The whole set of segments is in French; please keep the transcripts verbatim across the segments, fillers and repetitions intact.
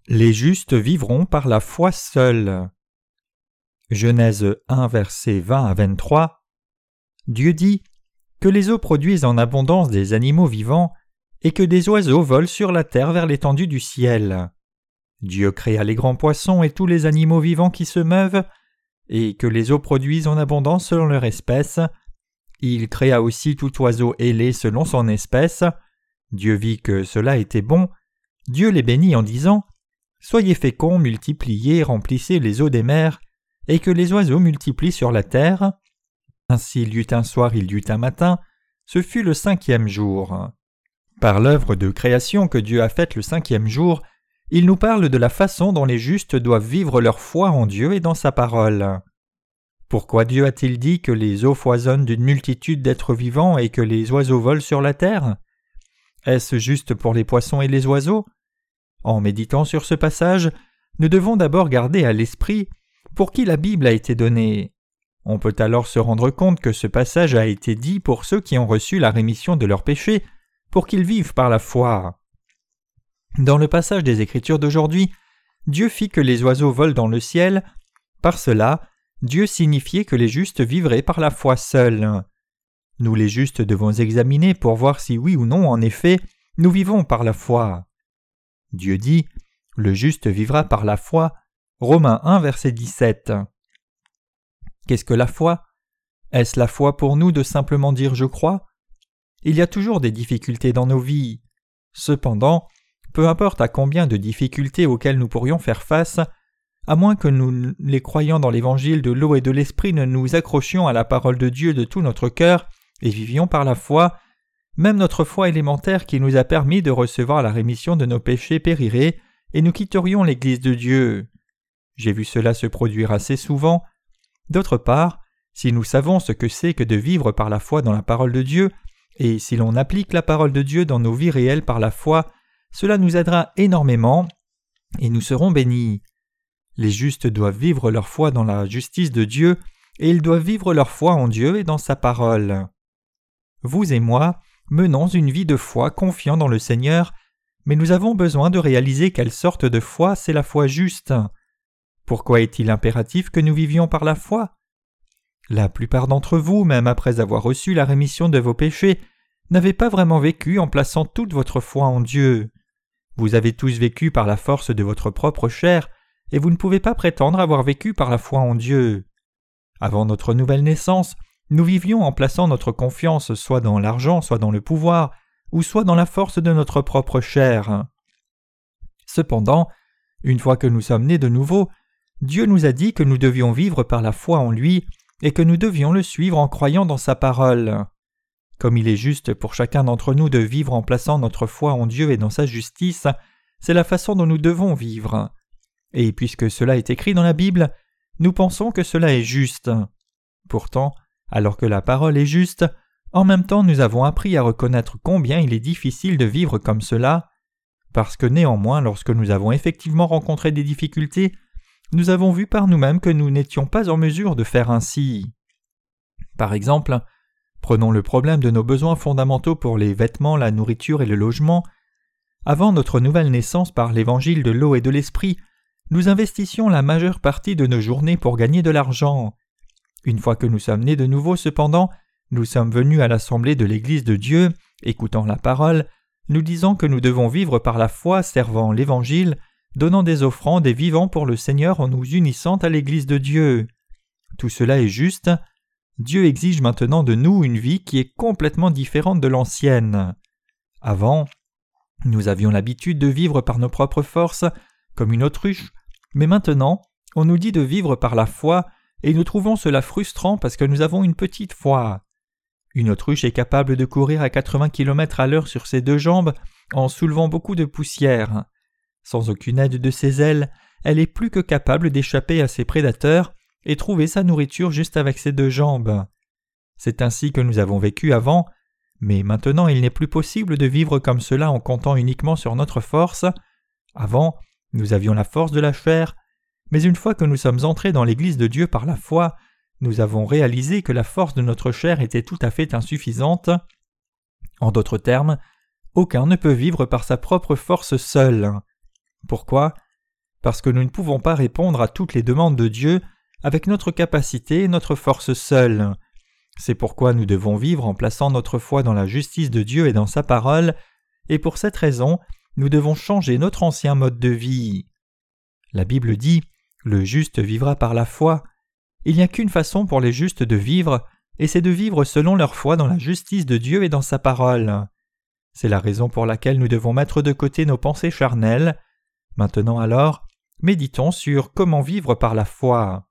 Les justes vivront par la foi seuls. Genèse un, versets vingt à vingt-trois. Dieu dit que les eaux produisent en abondance des animaux vivants et que des oiseaux volent sur la terre vers l'étendue du ciel. Dieu créa les grands poissons et tous les animaux vivants qui se meuvent, et que les eaux produisent en abondance selon leur espèce. Il créa aussi tout oiseau ailé selon son espèce. Dieu vit que cela était bon. Dieu les bénit en disant « Soyez féconds, multipliez, remplissez les eaux des mers, et que les oiseaux multiplient sur la terre. » Ainsi il y eut un soir, il y eut un matin, ce fut le cinquième jour. Par l'œuvre de création que Dieu a faite le cinquième jour, il nous parle de la façon dont les justes doivent vivre leur foi en Dieu et dans sa parole. Pourquoi Dieu a-t-il dit que les eaux foisonnent d'une multitude d'êtres vivants et que les oiseaux volent sur la terre? Est-ce juste pour les poissons et les oiseaux? En méditant sur ce passage, nous devons d'abord garder à l'esprit pour qui la Bible a été donnée. On peut alors se rendre compte que ce passage a été dit pour ceux qui ont reçu la rémission de leurs péchés, pour qu'ils vivent par la foi. Dans le passage des Écritures d'aujourd'hui, Dieu fit que les oiseaux volent dans le ciel. Par cela, Dieu signifiait que les justes vivraient par la foi seuls. Nous les justes devons examiner pour voir si oui ou non, en effet, nous vivons par la foi. Dieu dit « Le juste vivra par la foi » Romains un, verset dix-sept. Qu'est-ce que la foi? Est-ce la foi pour nous de simplement dire « je crois » ? Il y a toujours des difficultés dans nos vies. Cependant, peu importe à combien de difficultés auxquelles nous pourrions faire face, à moins que nous, les croyants dans l'évangile de l'eau et de l'esprit, ne nous accrochions à la parole de Dieu de tout notre cœur et vivions par la foi, même notre foi élémentaire qui nous a permis de recevoir la rémission de nos péchés périrait et nous quitterions l'Église de Dieu. J'ai vu cela se produire assez souvent. D'autre part, si nous savons ce que c'est que de vivre par la foi dans la parole de Dieu, et si l'on applique la parole de Dieu dans nos vies réelles par la foi, cela nous aidera énormément et nous serons bénis. Les justes doivent vivre leur foi dans la justice de Dieu et ils doivent vivre leur foi en Dieu et dans sa parole. Vous et moi menons une vie de foi confiant dans le Seigneur, mais nous avons besoin de réaliser quelle sorte de foi c'est la foi juste. Pourquoi est-il impératif que nous vivions par la foi? La plupart d'entre vous, même après avoir reçu la rémission de vos péchés, n'avez pas vraiment vécu en plaçant toute votre foi en Dieu. Vous avez tous vécu par la force de votre propre chair, et vous ne pouvez pas prétendre avoir vécu par la foi en Dieu. Avant notre nouvelle naissance, nous vivions en plaçant notre confiance soit dans l'argent, soit dans le pouvoir, ou soit dans la force de notre propre chair. Cependant, une fois que nous sommes nés de nouveau, Dieu nous a dit que nous devions vivre par la foi en lui et que nous devions le suivre en croyant dans sa parole. Comme il est juste pour chacun d'entre nous de vivre en plaçant notre foi en Dieu et dans sa justice, c'est la façon dont nous devons vivre. Et puisque cela est écrit dans la Bible, nous pensons que cela est juste. Pourtant, alors que la parole est juste, en même temps nous avons appris à reconnaître combien il est difficile de vivre comme cela, parce que néanmoins, lorsque nous avons effectivement rencontré des difficultés, nous avons vu par nous-mêmes que nous n'étions pas en mesure de faire ainsi. Par exemple, prenons le problème de nos besoins fondamentaux pour les vêtements, la nourriture et le logement. Avant notre nouvelle naissance par l'évangile de l'eau et de l'esprit, nous investissions la majeure partie de nos journées pour gagner de l'argent. Une fois que nous sommes nés de nouveau, cependant, nous sommes venus à l'assemblée de l'Église de Dieu, écoutant la parole, nous disant que nous devons vivre par la foi, servant l'Évangile, donnant des offrandes et vivant pour le Seigneur en nous unissant à l'Église de Dieu. Tout cela est juste. Dieu exige maintenant de nous une vie qui est complètement différente de l'ancienne. Avant, nous avions l'habitude de vivre par nos propres forces, comme une autruche, mais maintenant, on nous dit de vivre par la foi, et nous trouvons cela frustrant parce que nous avons une petite foi. Une autruche est capable de courir à quatre-vingts kilomètres à l'heure sur ses deux jambes en soulevant beaucoup de poussière. Sans aucune aide de ses ailes, elle est plus que capable d'échapper à ses prédateurs et trouver sa nourriture juste avec ses deux jambes. C'est ainsi que nous avons vécu avant, mais maintenant il n'est plus possible de vivre comme cela en comptant uniquement sur notre force. Avant, nous avions la force de la chair, mais une fois que nous sommes entrés dans l'Église de Dieu par la foi, nous avons réalisé que la force de notre chair était tout à fait insuffisante. En d'autres termes, aucun ne peut vivre par sa propre force seul. Pourquoi? parce que nous ne pouvons pas répondre à toutes les demandes de Dieu avec notre capacité et notre force seule. C'est pourquoi nous devons vivre en plaçant notre foi dans la justice de Dieu et dans sa parole, et pour cette raison, nous devons changer notre ancien mode de vie. La Bible dit « Le juste vivra par la foi ». Il n'y a qu'une façon pour les justes de vivre, et c'est de vivre selon leur foi dans la justice de Dieu et dans sa parole. C'est la raison pour laquelle nous devons mettre de côté nos pensées charnelles. Maintenant alors, méditons sur comment vivre par la foi.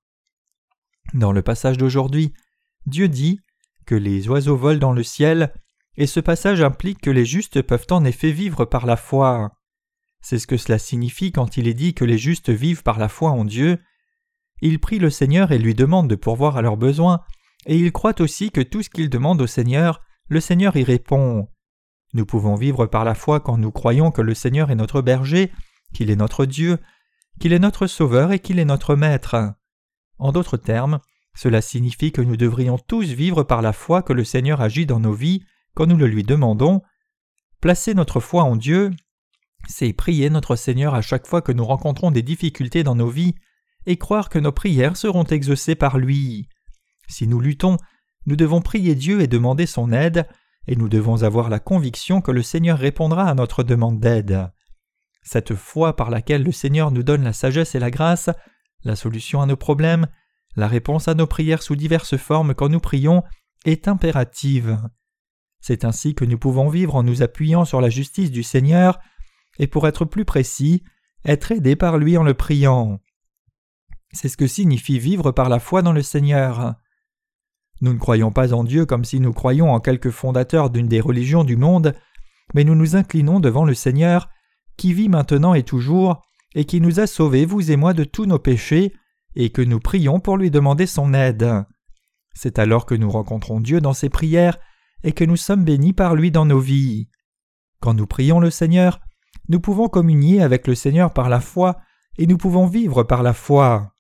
Dans le passage d'aujourd'hui, Dieu dit que les oiseaux volent dans le ciel, et ce passage implique que les justes peuvent en effet vivre par la foi. C'est ce que cela signifie quand il est dit que les justes vivent par la foi en Dieu. Ils prient le Seigneur et lui demandent de pourvoir à leurs besoins, et ils croient aussi que tout ce qu'ils demandent au Seigneur, le Seigneur y répond. Nous pouvons vivre par la foi quand nous croyons que le Seigneur est notre berger, qu'il est notre Dieu, qu'il est notre Sauveur et qu'il est notre Maître. En d'autres termes, cela signifie que nous devrions tous vivre par la foi que le Seigneur agit dans nos vies quand nous le lui demandons. Placer notre foi en Dieu, c'est prier notre Seigneur à chaque fois que nous rencontrons des difficultés dans nos vies et croire que nos prières seront exaucées par lui. Si nous luttons, nous devons prier Dieu et demander son aide, et nous devons avoir la conviction que le Seigneur répondra à notre demande d'aide. Cette foi par laquelle le Seigneur nous donne la sagesse et la grâce, la solution à nos problèmes, la réponse à nos prières sous diverses formes quand nous prions, est impérative. C'est ainsi que nous pouvons vivre en nous appuyant sur la justice du Seigneur, et pour être plus précis, être aidés par lui en le priant. C'est ce que signifie vivre par la foi dans le Seigneur. Nous ne croyons pas en Dieu comme si nous croyions en quelque fondateur d'une des religions du monde, mais nous nous inclinons devant le Seigneur, qui vit maintenant et toujours, et qui nous a sauvés, vous et moi, de tous nos péchés, et que nous prions pour lui demander son aide. C'est alors que nous rencontrons Dieu dans ses prières, et que nous sommes bénis par lui dans nos vies. Quand nous prions le Seigneur, nous pouvons communier avec le Seigneur par la foi, et nous pouvons vivre par la foi.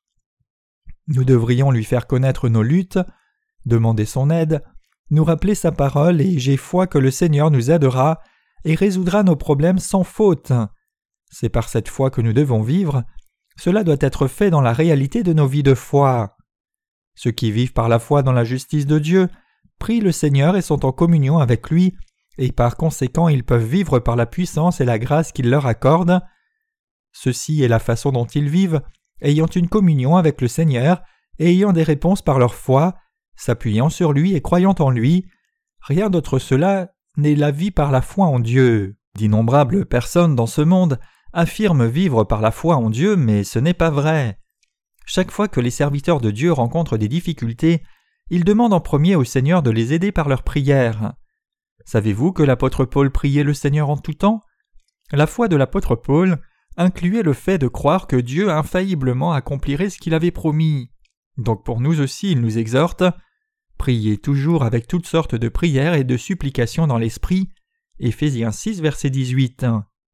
Nous devrions lui faire connaître nos luttes, demander son aide, nous rappeler sa parole, et j'ai foi que le Seigneur nous aidera et résoudra nos problèmes sans faute. C'est par cette foi que nous devons vivre. Cela doit être fait dans la réalité de nos vies de foi. Ceux qui vivent par la foi dans la justice de Dieu prient le Seigneur et sont en communion avec lui, et par conséquent ils peuvent vivre par la puissance et la grâce qu'il leur accorde. Ceci est la façon dont ils vivent, ayant une communion avec le Seigneur et ayant des réponses par leur foi, s'appuyant sur lui et croyant en lui. Rien d'autre cela n'est la vie par la foi en Dieu. D'innombrables personnes dans ce monde affirment vivre par la foi en Dieu, mais ce n'est pas vrai. Chaque fois que les serviteurs de Dieu rencontrent des difficultés, ils demandent en premier au Seigneur de les aider par leurs prières. Savez-vous que l'apôtre Paul priait le Seigneur en tout temps ? La foi de l'apôtre Paul incluait le fait de croire que Dieu infailliblement accomplirait ce qu'il avait promis. Donc pour nous aussi, il nous exhorte « Priez toujours avec toutes sortes de prières et de supplications dans l'esprit » Éphésiens six, verset dix-huit.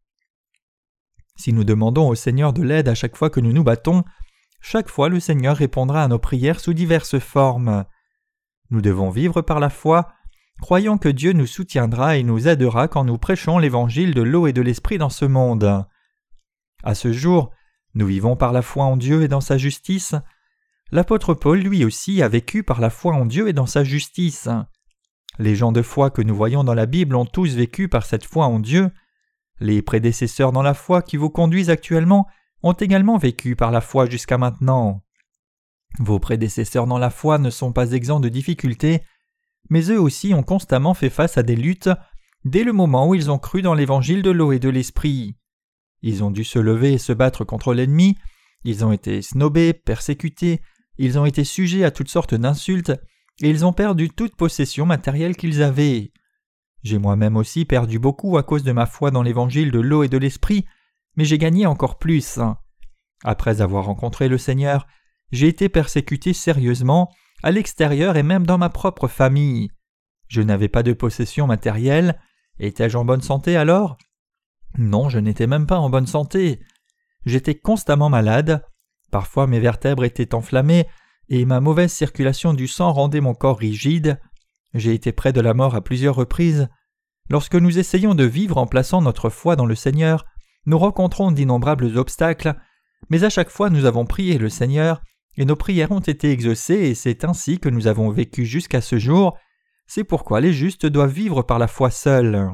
Si nous demandons au Seigneur de l'aide à chaque fois que nous nous battons, chaque fois le Seigneur répondra à nos prières sous diverses formes. Nous devons vivre par la foi, croyant que Dieu nous soutiendra et nous aidera quand nous prêchons l'évangile de l'eau et de l'esprit dans ce monde. À ce jour, nous vivons par la foi en Dieu et dans sa justice. L'apôtre Paul, lui aussi, a vécu par la foi en Dieu et dans sa justice. Les gens de foi que nous voyons dans la Bible ont tous vécu par cette foi en Dieu. Les prédécesseurs dans la foi qui vous conduisent actuellement ont également vécu par la foi jusqu'à maintenant. Vos prédécesseurs dans la foi ne sont pas exempts de difficultés, mais eux aussi ont constamment fait face à des luttes dès le moment où ils ont cru dans l'évangile de l'eau et de l'esprit. Ils ont dû se lever et se battre contre l'ennemi, ils ont été snobés, persécutés, ils ont été sujets à toutes sortes d'insultes, et ils ont perdu toute possession matérielle qu'ils avaient. J'ai moi-même aussi perdu beaucoup à cause de ma foi dans l'évangile de l'eau et de l'esprit, mais j'ai gagné encore plus. Après avoir rencontré le Seigneur, j'ai été persécuté sérieusement, à l'extérieur et même dans ma propre famille. Je n'avais pas de possession matérielle. Étais-je en bonne santé alors ? Non, je n'étais même pas en bonne santé. J'étais constamment malade. Parfois mes vertèbres étaient enflammées et ma mauvaise circulation du sang rendait mon corps rigide. J'ai été près de la mort à plusieurs reprises. Lorsque nous essayons de vivre en plaçant notre foi dans le Seigneur, nous rencontrons d'innombrables obstacles, mais à chaque fois nous avons prié le Seigneur, et nos prières ont été exaucées, et c'est ainsi que nous avons vécu jusqu'à ce jour. C'est pourquoi les justes doivent vivre par la foi seuls.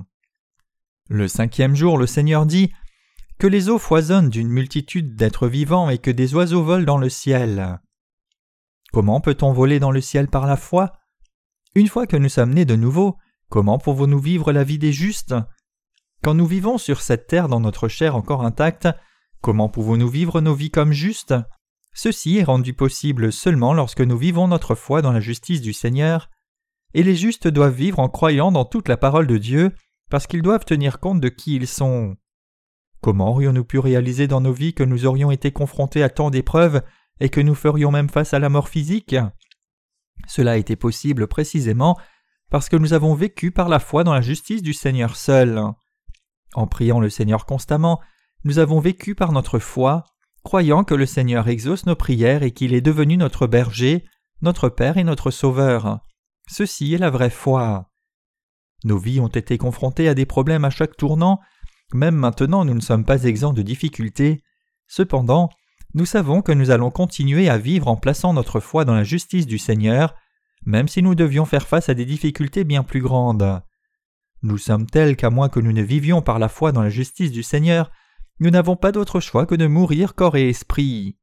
Le cinquième jour, le Seigneur dit « Que les eaux foisonnent d'une multitude d'êtres vivants et que des oiseaux volent dans le ciel. » Comment peut-on voler dans le ciel par la foi? Une fois que nous sommes nés de nouveau, comment pouvons-nous vivre la vie des justes? Quand nous vivons sur cette terre dans notre chair encore intacte, comment pouvons-nous vivre nos vies comme justes? Ceci est rendu possible seulement lorsque nous vivons notre foi dans la justice du Seigneur, et les justes doivent vivre en croyant dans toute la parole de Dieu, parce qu'ils doivent tenir compte de qui ils sont. Comment aurions-nous pu réaliser dans nos vies que nous aurions été confrontés à tant d'épreuves et que nous ferions même face à la mort physique? Cela a été possible précisément parce que nous avons vécu par la foi dans la justice du Seigneur seul. En priant le Seigneur constamment, nous avons vécu par notre foi, croyant que le Seigneur exauce nos prières et qu'il est devenu notre berger, notre Père et notre Sauveur. Ceci est la vraie foi. Nos vies ont été confrontées à des problèmes à chaque tournant, même maintenant nous ne sommes pas exempts de difficultés. Cependant, nous savons que nous allons continuer à vivre en plaçant notre foi dans la justice du Seigneur, même si nous devions faire face à des difficultés bien plus grandes. Nous sommes tels qu'à moins que nous ne vivions par la foi dans la justice du Seigneur, nous n'avons pas d'autre choix que de mourir corps et esprit.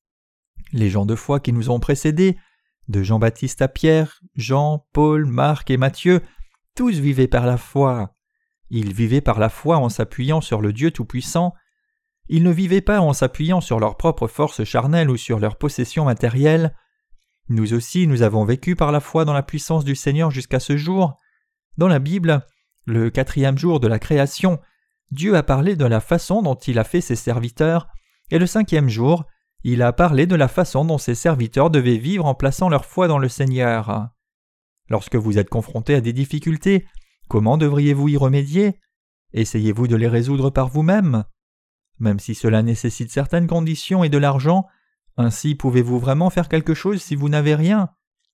Les gens de foi qui nous ont précédés, de Jean-Baptiste à Pierre, Jean, Paul, Marc et Matthieu, tous vivaient par la foi. Ils vivaient par la foi en s'appuyant sur le Dieu Tout-Puissant. Ils ne vivaient pas en s'appuyant sur leurs propres forces charnelles ou sur leurs possessions matérielles. Nous aussi, nous avons vécu par la foi dans la puissance du Seigneur jusqu'à ce jour. Dans la Bible, le quatrième jour de la création, Dieu a parlé de la façon dont il a fait ses serviteurs, et le cinquième jour, il a parlé de la façon dont ses serviteurs devaient vivre en plaçant leur foi dans le Seigneur. Lorsque vous êtes confronté à des difficultés, comment devriez-vous y remédier? Essayez-vous de les résoudre par vous-même? Même si cela nécessite certaines conditions et de l'argent, ainsi pouvez-vous vraiment faire quelque chose si vous n'avez rien?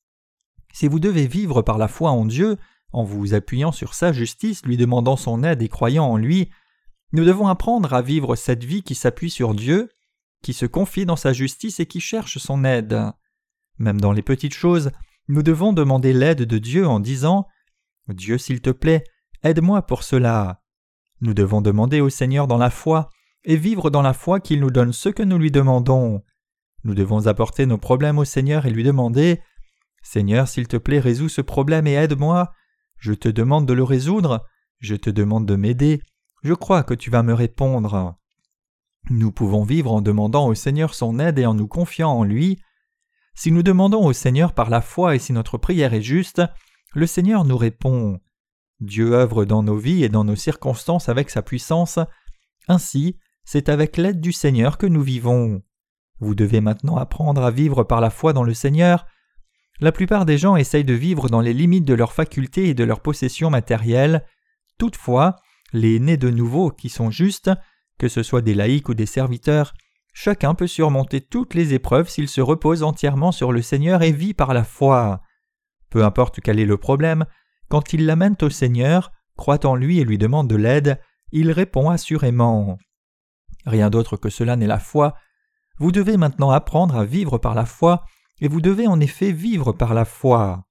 Si vous devez vivre par la foi en Dieu, en vous appuyant sur sa justice, lui demandant son aide et croyant en lui, nous devons apprendre à vivre cette vie qui s'appuie sur Dieu, qui se confie dans sa justice et qui cherche son aide. Même dans les petites choses, nous devons demander l'aide de Dieu en disant « Dieu, s'il te plaît, aide-moi pour cela ». Nous devons demander au Seigneur dans la foi et vivre dans la foi qu'il nous donne ce que nous lui demandons. Nous devons apporter nos problèmes au Seigneur et lui demander « Seigneur, s'il te plaît, résous ce problème et aide-moi. Je te demande de le résoudre, je te demande de m'aider, je crois que tu vas me répondre. » Nous pouvons vivre en demandant au Seigneur son aide et en nous confiant en lui. Si nous demandons au Seigneur par la foi et si notre prière est juste, le Seigneur nous répond. Dieu œuvre dans nos vies et dans nos circonstances avec sa puissance. Ainsi, c'est avec l'aide du Seigneur que nous vivons. Vous devez maintenant apprendre à vivre par la foi dans le Seigneur. La plupart des gens essayent de vivre dans les limites de leurs facultés et de leurs possessions matérielles. Toutefois, les nés de nouveau qui sont justes, que ce soit des laïcs ou des serviteurs, chacun peut surmonter toutes les épreuves s'il se repose entièrement sur le Seigneur et vit par la foi. Peu importe quel est le problème, quand il l'amène au Seigneur, croit en lui et lui demande de l'aide, il répond assurément. Rien d'autre que cela n'est la foi. Vous devez maintenant apprendre à vivre par la foi, et vous devez en effet vivre par la foi.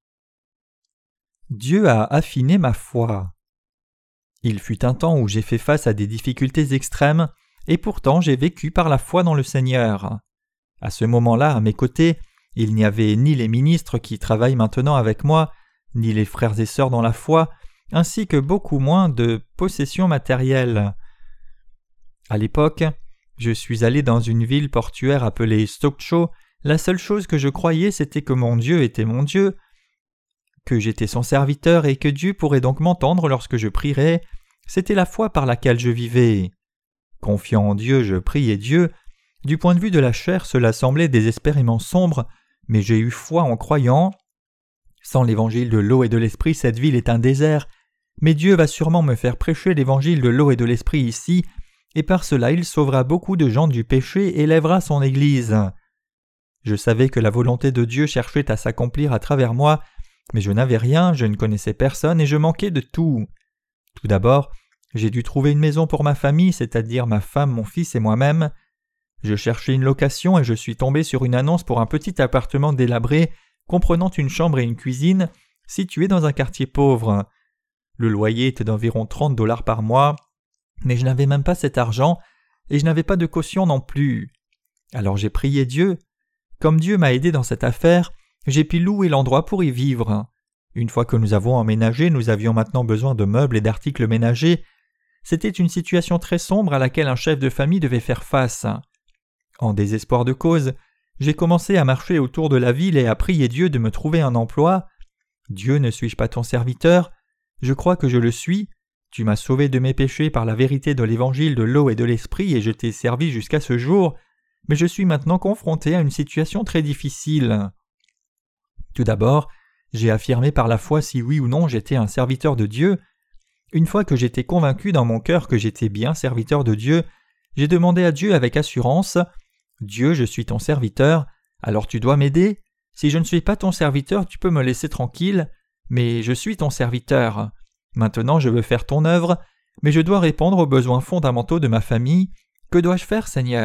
Dieu a affiné ma foi. Il fut un temps où j'ai fait face à des difficultés extrêmes, et pourtant j'ai vécu par la foi dans le Seigneur. À ce moment-là, à mes côtés, il n'y avait ni les ministres qui travaillent maintenant avec moi, ni les frères et sœurs dans la foi, ainsi que beaucoup moins de possessions matérielles. À l'époque, je suis allé dans une ville portuaire appelée Stokcho. La seule chose que je croyais, c'était que mon Dieu était mon Dieu, que j'étais son serviteur et que Dieu pourrait donc m'entendre lorsque je prierais. C'était la foi par laquelle je vivais. Confiant en Dieu, je priais Dieu. Du point de vue de la chair, cela semblait désespérément sombre, mais j'ai eu foi en croyant. Sans l'évangile de l'eau et de l'esprit, cette ville est un désert, mais Dieu va sûrement me faire prêcher l'évangile de l'eau et de l'esprit ici, et par cela il sauvera beaucoup de gens du péché et élèvera son Église. Je savais que la volonté de Dieu cherchait à s'accomplir à travers moi, mais je n'avais rien, je ne connaissais personne et je manquais de tout. Tout d'abord, j'ai dû trouver une maison pour ma famille, c'est-à-dire ma femme, mon fils et moi-même. Je cherchais une location et je suis tombé sur une annonce pour un petit appartement délabré comprenant une chambre et une cuisine situé dans un quartier pauvre. Le loyer était d'environ trente dollars par mois, mais je n'avais même pas cet argent et je n'avais pas de caution non plus. Alors j'ai prié Dieu. Comme Dieu m'a aidé dans cette affaire, j'ai pu louer l'endroit pour y vivre. Une fois que nous avons emménagé, nous avions maintenant besoin de meubles et d'articles ménagers. C'était une situation très sombre à laquelle un chef de famille devait faire face. En désespoir de cause, j'ai commencé à marcher autour de la ville et à prier Dieu de me trouver un emploi. Dieu, ne suis-je pas ton serviteur? Je crois que je le suis. Tu m'as sauvé de mes péchés par la vérité de l'évangile de l'eau et de l'esprit et je t'ai servi jusqu'à ce jour, mais je suis maintenant confronté à une situation très difficile. Tout d'abord, j'ai affirmé par la foi si oui ou non j'étais un serviteur de Dieu. Une fois que j'étais convaincu dans mon cœur que j'étais bien serviteur de Dieu, j'ai demandé à Dieu avec assurance « Dieu, je suis ton serviteur, alors tu dois m'aider. Si je ne suis pas ton serviteur, tu peux me laisser tranquille, mais je suis ton serviteur. Maintenant je veux faire ton œuvre, mais je dois répondre aux besoins fondamentaux de ma famille. Que dois-je faire, Seigneur ?»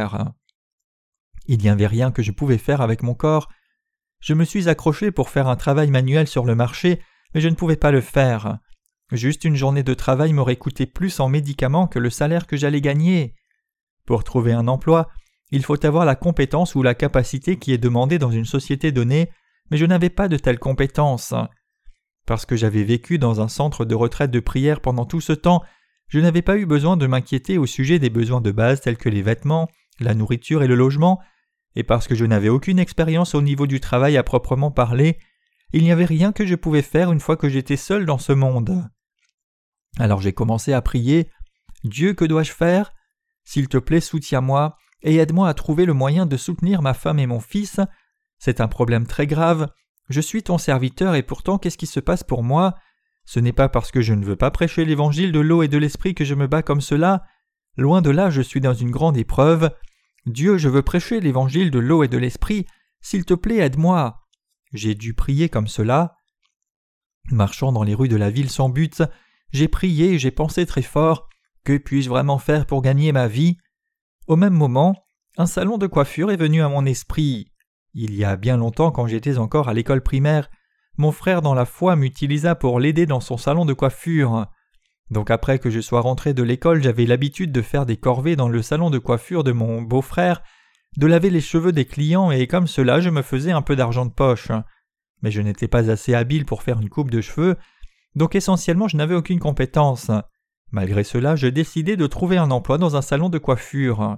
Il n'y avait rien que je pouvais faire avec mon corps. Je me suis accroché pour faire un travail manuel sur le marché, mais je ne pouvais pas le faire. Juste une journée de travail m'aurait coûté plus en médicaments que le salaire que j'allais gagner. Pour trouver un emploi, il faut avoir la compétence ou la capacité qui est demandée dans une société donnée, mais je n'avais pas de telles compétences. Parce que j'avais vécu dans un centre de retraite de prière pendant tout ce temps, je n'avais pas eu besoin de m'inquiéter au sujet des besoins de base tels que les vêtements, la nourriture et le logement, et parce que je n'avais aucune expérience au niveau du travail à proprement parler, il n'y avait rien que je pouvais faire une fois que j'étais seul dans ce monde. Alors j'ai commencé à prier « Dieu, que dois-je faire? S'il te plaît, soutiens-moi et aide-moi à trouver le moyen de soutenir ma femme et mon fils. C'est un problème très grave. Je suis ton serviteur et pourtant qu'est-ce qui se passe pour moi? Ce n'est pas parce que je ne veux pas prêcher l'évangile de l'eau et de l'esprit que je me bats comme cela. Loin de là, je suis dans une grande épreuve. Dieu, je veux prêcher l'évangile de l'eau et de l'esprit. S'il te plaît, aide-moi. » J'ai dû prier comme cela. Marchant dans les rues de la ville sans but, j'ai prié et j'ai pensé très fort. Que puis-je vraiment faire pour gagner ma vie? Au même moment, un salon de coiffure est venu à mon esprit. Il y a bien longtemps, quand j'étais encore à l'école primaire, mon frère dans la foi m'utilisa pour l'aider dans son salon de coiffure. Donc après que je sois rentré de l'école, j'avais l'habitude de faire des corvées dans le salon de coiffure de mon beau-frère, de laver les cheveux des clients et comme cela je me faisais un peu d'argent de poche. Mais je n'étais pas assez habile pour faire une coupe de cheveux, donc essentiellement je n'avais aucune compétence. Malgré cela, je décidai de trouver un emploi dans un salon de coiffure.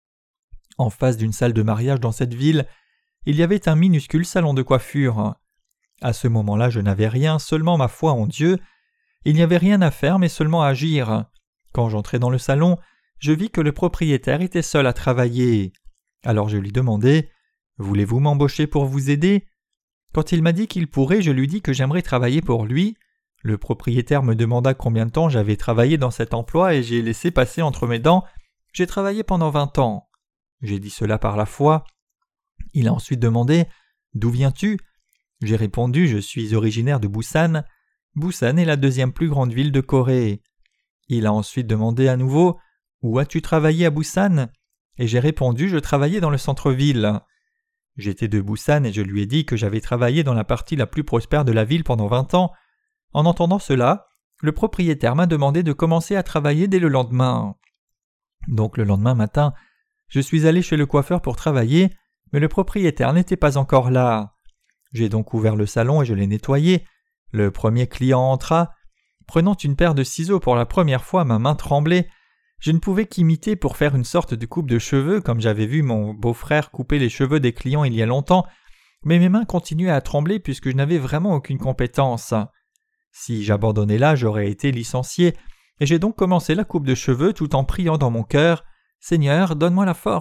En face d'une salle de mariage dans cette ville, il y avait un minuscule salon de coiffure. À ce moment-là, je n'avais rien, seulement ma foi en Dieu. Il n'y avait rien à faire, mais seulement à agir. Quand j'entrai dans le salon, je vis que le propriétaire était seul à travailler. Alors je lui demandai « Voulez-vous m'embaucher pour vous aider ?» Quand il m'a dit qu'il pourrait, je lui dis que j'aimerais travailler pour lui. Le propriétaire me demanda combien de temps j'avais travaillé dans cet emploi et j'ai laissé passer entre mes dents « J'ai travaillé pendant vingt ans. » J'ai dit cela par la foi. Il a ensuite demandé « D'où viens-tu » J'ai répondu « Je suis originaire de Busan. » Busan est la deuxième plus grande ville de Corée. Il a ensuite demandé à nouveau « Où as-tu travaillé à Busan ?» Et j'ai répondu « Je travaillais dans le centre-ville. » J'étais de Busan et je lui ai dit que j'avais travaillé dans la partie la plus prospère de la ville pendant vingt ans. En entendant cela, le propriétaire m'a demandé de commencer à travailler dès le lendemain. Donc le lendemain matin, je suis allé chez le coiffeur pour travailler, mais le propriétaire n'était pas encore là. J'ai donc ouvert le salon et je l'ai nettoyé. Le premier client entra. Prenant une paire de ciseaux pour la première fois, ma main tremblait. Je ne pouvais qu'imiter pour faire une sorte de coupe de cheveux comme j'avais vu mon beau-frère couper les cheveux des clients il y a longtemps, mais mes mains continuaient à trembler puisque je n'avais vraiment aucune compétence. Si j'abandonnais là, j'aurais été licencié, et j'ai donc commencé la coupe de cheveux tout en priant dans mon cœur « Seigneur, donne-moi la force !»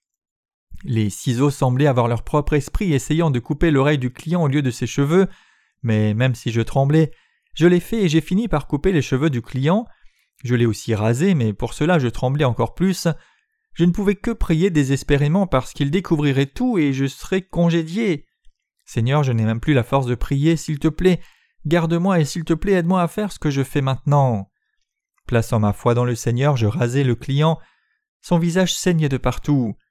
Les ciseaux semblaient avoir leur propre esprit essayant de couper l'oreille du client au lieu de ses cheveux, mais même si je tremblais, je l'ai fait et j'ai fini par couper les cheveux du client. Je l'ai aussi rasé, mais pour cela je tremblais encore plus. Je ne pouvais que prier désespérément parce qu'il découvrirait tout et je serais congédié. Seigneur, je n'ai même plus la force de prier, s'il te plaît, garde-moi et s'il te plaît aide-moi à faire ce que je fais maintenant. Plaçant ma foi dans le Seigneur, je rasai le client. Son visage saignait de partout.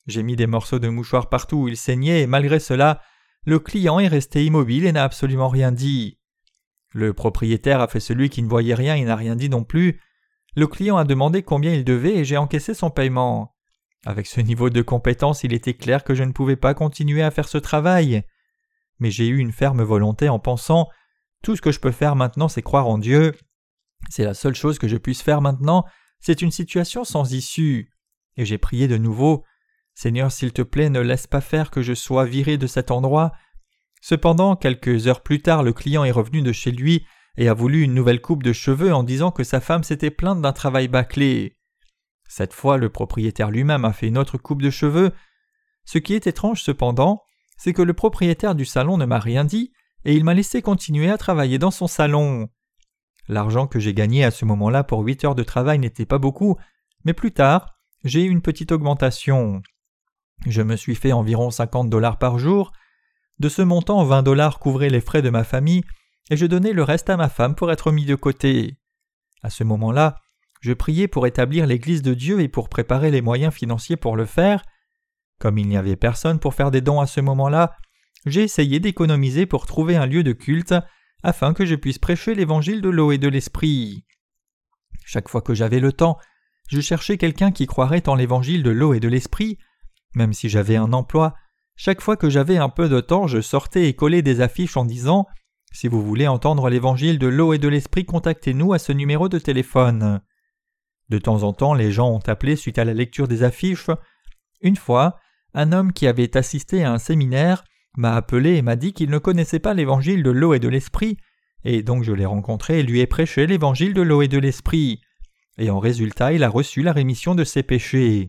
J'ai mis des morceaux de mouchoir partout où il saignait et malgré cela, le client est resté immobile et n'a absolument rien dit. Le propriétaire a fait celui qui ne voyait rien et n'a rien dit non plus. Le client a demandé combien il devait et j'ai encaissé son paiement. Avec ce niveau de compétence, il était clair que je ne pouvais pas continuer à faire ce travail. Mais j'ai eu une ferme volonté en pensant « Tout ce que je peux faire maintenant, c'est croire en Dieu. C'est la seule chose que je puisse faire maintenant, c'est une situation sans issue. » Et j'ai prié de nouveau « Seigneur, s'il te plaît, ne laisse pas faire que je sois viré de cet endroit. » Cependant, quelques heures plus tard, le client est revenu de chez lui et a voulu une nouvelle coupe de cheveux en disant que sa femme s'était plainte d'un travail bâclé. Cette fois, le propriétaire lui-même a fait une autre coupe de cheveux. Ce qui est étrange cependant, c'est que le propriétaire du salon ne m'a rien dit et il m'a laissé continuer à travailler dans son salon. L'argent que j'ai gagné à ce moment-là pour huit heures de travail n'était pas beaucoup, mais plus tard, j'ai eu une petite augmentation. Je me suis fait environ cinquante dollars par jour. De ce montant, vingt dollars couvraient les frais de ma famille et je donnais le reste à ma femme pour être mis de côté. À ce moment-là, je priais pour établir l'Église de Dieu et pour préparer les moyens financiers pour le faire. Comme il n'y avait personne pour faire des dons à ce moment-là, j'ai essayé d'économiser pour trouver un lieu de culte afin que je puisse prêcher l'évangile de l'eau et de l'esprit. Chaque fois que j'avais le temps, je cherchais quelqu'un qui croirait en l'évangile de l'eau et de l'esprit. Même si j'avais un emploi, chaque fois que j'avais un peu de temps, je sortais et collais des affiches en disant « Si vous voulez entendre l'évangile de l'eau et de l'esprit, contactez-nous à ce numéro de téléphone. » De temps en temps, les gens ont appelé suite à la lecture des affiches. Une fois, un homme qui avait assisté à un séminaire m'a appelé et m'a dit qu'il ne connaissait pas l'évangile de l'eau et de l'esprit, et donc je l'ai rencontré et lui ai prêché l'évangile de l'eau et de l'esprit. Et en résultat, il a reçu la rémission de ses péchés.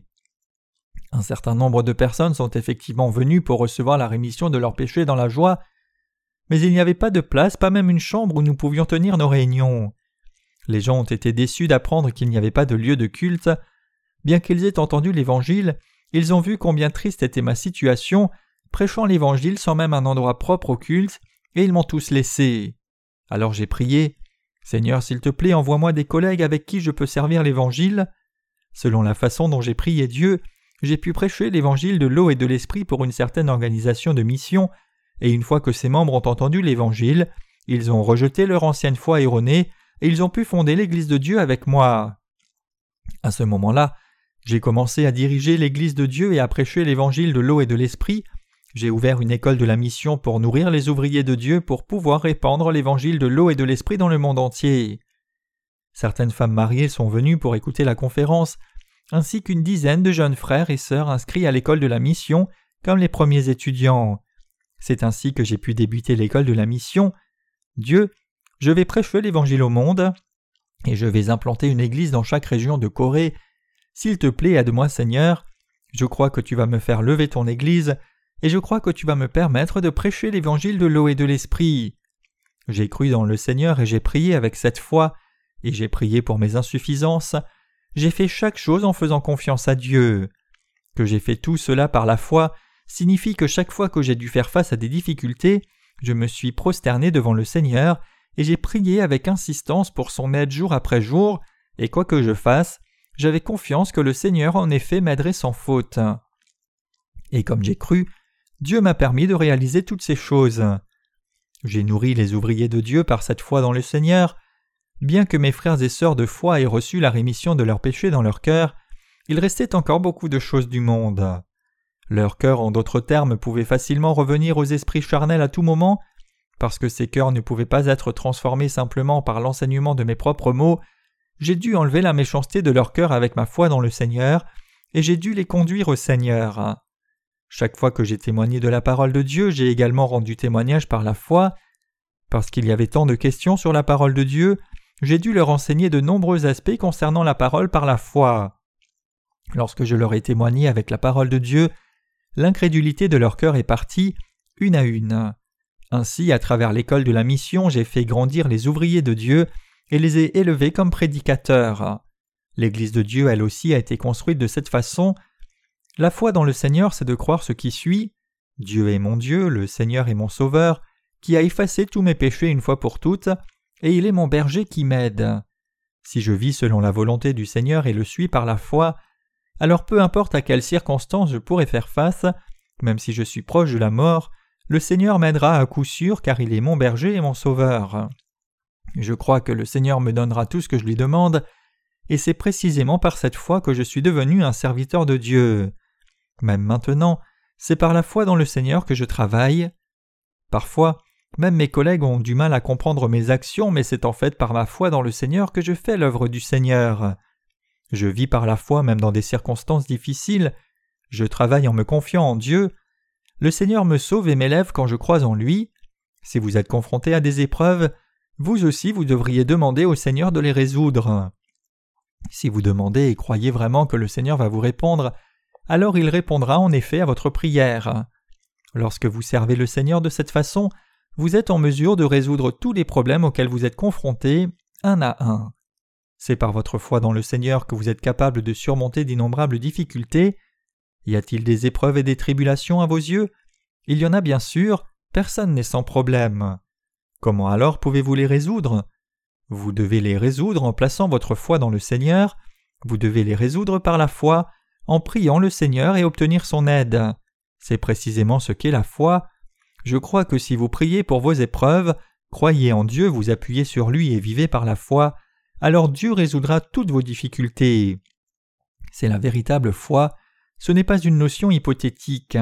Un certain nombre de personnes sont effectivement venues pour recevoir la rémission de leurs péchés dans la joie, mais il n'y avait pas de place, pas même une chambre où nous pouvions tenir nos réunions. Les gens ont été déçus d'apprendre qu'il n'y avait pas de lieu de culte. Bien qu'ils aient entendu l'Évangile, ils ont vu combien triste était ma situation, prêchant l'Évangile sans même un endroit propre au culte, et ils m'ont tous laissé. Alors j'ai prié, « Seigneur, s'il te plaît, envoie-moi des collègues avec qui je peux servir l'Évangile. » Selon la façon dont j'ai prié Dieu, j'ai pu prêcher l'Évangile de l'eau et de l'esprit pour une certaine organisation de mission, et une fois que ses membres ont entendu l'Évangile, ils ont rejeté leur ancienne foi erronée, et ils ont pu fonder l'Église de Dieu avec moi. À ce moment-là, j'ai commencé à diriger l'Église de Dieu et à prêcher l'Évangile de l'eau et de l'esprit. J'ai ouvert une école de la mission pour nourrir les ouvriers de Dieu pour pouvoir répandre l'Évangile de l'eau et de l'esprit dans le monde entier. Certaines femmes mariées sont venues pour écouter la conférence, ainsi qu'une dizaine de jeunes frères et sœurs inscrits à l'école de la mission comme les premiers étudiants. C'est ainsi que j'ai pu débuter l'école de la mission. Dieu, je vais prêcher l'Évangile au monde, et je vais implanter une église dans chaque région de Corée. S'il te plaît, aide-moi Seigneur. Je crois que tu vas me faire lever ton église, et je crois que tu vas me permettre de prêcher l'Évangile de l'eau et de l'esprit. J'ai cru dans le Seigneur et j'ai prié avec cette foi, et j'ai prié pour mes insuffisances. J'ai fait chaque chose en faisant confiance à Dieu. Que j'ai fait tout cela par la foi signifie que chaque fois que j'ai dû faire face à des difficultés, je me suis prosterné devant le Seigneur et j'ai prié avec insistance pour son aide jour après jour, et quoi que je fasse, j'avais confiance que le Seigneur en effet m'aiderait sans faute. Et comme j'ai cru, Dieu m'a permis de réaliser toutes ces choses. J'ai nourri les ouvriers de Dieu par cette foi dans le Seigneur. Bien que mes frères et sœurs de foi aient reçu la rémission de leurs péchés dans leur cœur, il restait encore beaucoup de choses du monde. Leur cœur, en d'autres termes, pouvait facilement revenir aux esprits charnels à tout moment. Parce que ces cœurs ne pouvaient pas être transformés simplement par l'enseignement de mes propres mots, j'ai dû enlever la méchanceté de leur cœur avec ma foi dans le Seigneur, et j'ai dû les conduire au Seigneur. Chaque fois que j'ai témoigné de la parole de Dieu, j'ai également rendu témoignage par la foi. Parce qu'il y avait tant de questions sur la parole de Dieu, j'ai dû leur enseigner de nombreux aspects concernant la parole par la foi. Lorsque je leur ai témoigné avec la parole de Dieu, l'incrédulité de leur cœur est partie, une à une. Ainsi, à travers l'école de la mission, j'ai fait grandir les ouvriers de Dieu et les ai élevés comme prédicateurs. L'Église de Dieu, elle aussi, a été construite de cette façon. La foi dans le Seigneur, c'est de croire ce qui suit. Dieu est mon Dieu, le Seigneur est mon Sauveur, qui a effacé tous mes péchés une fois pour toutes, et il est mon berger qui m'aide. Si je vis selon la volonté du Seigneur et le suis par la foi, alors peu importe à quelles circonstances je pourrais faire face, même si je suis proche de la mort, le Seigneur m'aidera à coup sûr car il est mon berger et mon sauveur. Je crois que le Seigneur me donnera tout ce que je lui demande, et c'est précisément par cette foi que je suis devenu un serviteur de Dieu. Même maintenant, c'est par la foi dans le Seigneur que je travaille. Parfois, même mes collègues ont du mal à comprendre mes actions, mais c'est en fait par ma foi dans le Seigneur que je fais l'œuvre du Seigneur. Je vis par la foi même dans des circonstances difficiles, je travaille en me confiant en Dieu. Le Seigneur me sauve et m'élève quand je crois en lui. Si vous êtes confronté à des épreuves, vous aussi vous devriez demander au Seigneur de les résoudre. Si vous demandez et croyez vraiment que le Seigneur va vous répondre, alors il répondra en effet à votre prière. Lorsque vous servez le Seigneur de cette façon, vous êtes en mesure de résoudre tous les problèmes auxquels vous êtes confrontés, un à un. C'est par votre foi dans le Seigneur que vous êtes capable de surmonter d'innombrables difficultés. Y a-t-il des épreuves et des tribulations à vos yeux? Il y en a bien sûr, personne n'est sans problème. Comment alors pouvez-vous les résoudre? Vous devez les résoudre en plaçant votre foi dans le Seigneur, vous devez les résoudre par la foi, en priant le Seigneur et obtenir son aide. C'est précisément ce qu'est la foi. Je crois que si vous priez pour vos épreuves, croyez en Dieu, vous appuyez sur lui et vivez par la foi, alors Dieu résoudra toutes vos difficultés. C'est la véritable foi, ce n'est pas une notion hypothétique.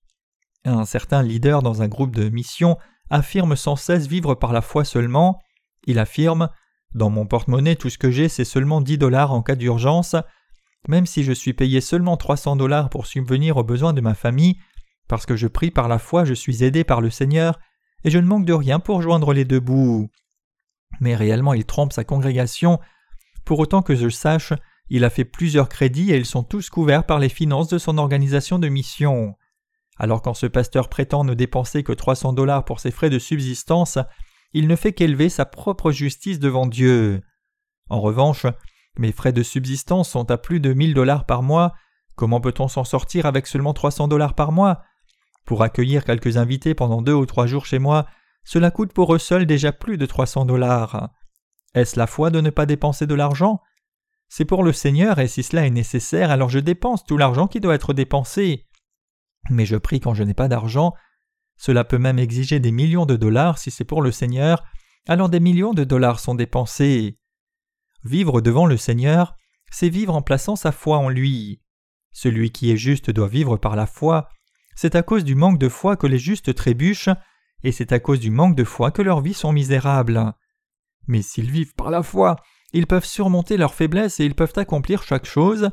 Un certain leader dans un groupe de mission affirme sans cesse vivre par la foi seulement. Il affirme « Dans mon porte-monnaie, tout ce que j'ai, c'est seulement dix dollars en cas d'urgence. Même si je suis payé seulement trois cents dollars pour subvenir aux besoins de ma famille, parce que je prie par la foi, je suis aidé par le Seigneur, et je ne manque de rien pour joindre les deux bouts. » Mais réellement, il trompe sa congrégation. Pour autant que je sache, il a fait plusieurs crédits et ils sont tous couverts par les finances de son organisation de mission. Alors quand ce pasteur prétend ne dépenser que trois cents dollars pour ses frais de subsistance, il ne fait qu'élever sa propre justice devant Dieu. En revanche, mes frais de subsistance sont à plus de mille dollars par mois. Comment peut-on s'en sortir avec seulement trois cents dollars par mois? Pour accueillir quelques invités pendant deux ou trois jours chez moi, cela coûte pour eux seuls déjà plus de trois cents dollars. Est-ce la foi de ne pas dépenser de l'argent? C'est pour le Seigneur et si cela est nécessaire, alors je dépense tout l'argent qui doit être dépensé. Mais je prie quand je n'ai pas d'argent. Cela peut même exiger des millions de dollars si c'est pour le Seigneur, alors des millions de dollars sont dépensés. Vivre devant le Seigneur, c'est vivre en plaçant sa foi en lui. Celui qui est juste doit vivre par la foi. C'est à cause du manque de foi que les justes trébuchent, et c'est à cause du manque de foi que leurs vies sont misérables. Mais s'ils vivent par la foi, ils peuvent surmonter leurs faiblesses et ils peuvent accomplir chaque chose.